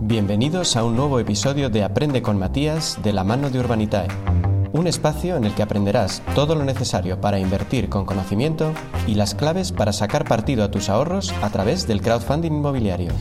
Bienvenidos a un nuevo episodio de Aprende con Matías de la mano de Urbanitae, un espacio en el que aprenderás todo lo necesario para invertir con conocimiento y las claves para sacar partido a tus ahorros a través del crowdfunding inmobiliario.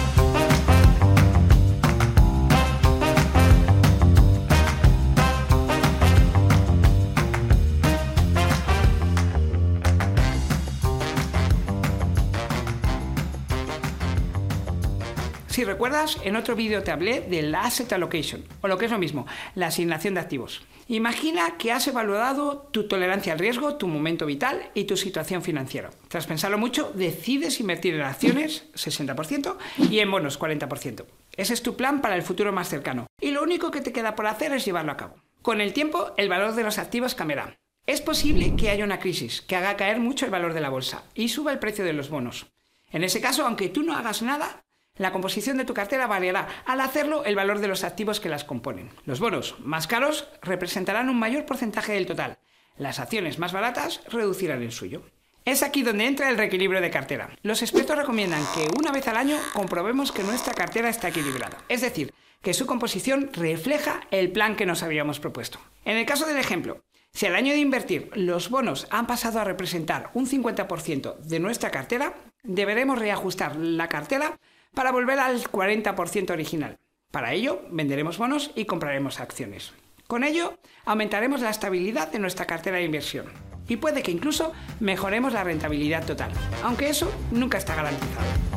Si recuerdas, en otro vídeo te hablé del Asset Allocation, o lo que es lo mismo, la asignación de activos. Imagina que has evaluado tu tolerancia al riesgo, tu momento vital y tu situación financiera. Tras pensarlo mucho, decides invertir en acciones, 60%, y en bonos, 40%. Ese es tu plan para el futuro más cercano, y lo único que te queda por hacer es llevarlo a cabo. Con el tiempo, el valor de los activos cambiará. Es posible que haya una crisis que haga caer mucho el valor de la bolsa y suba el precio de los bonos. En ese caso, aunque tú no hagas nada, la composición de tu cartera variará. Al hacerlo, el valor de los activos que las componen. Los bonos más caros representarán un mayor porcentaje del total. Las acciones más baratas reducirán el suyo. Es aquí donde entra el reequilibrio de cartera. Los expertos recomiendan que una vez al año comprobemos que nuestra cartera está equilibrada. Es decir, que su composición refleja el plan que nos habíamos propuesto. En el caso del ejemplo, si al año de invertir los bonos han pasado a representar un 50% de nuestra cartera, deberemos reajustar la cartera para volver al 40% original. Para ello, venderemos bonos y compraremos acciones. Con ello, aumentaremos la estabilidad de nuestra cartera de inversión y puede que incluso mejoremos la rentabilidad total, aunque eso nunca está garantizado.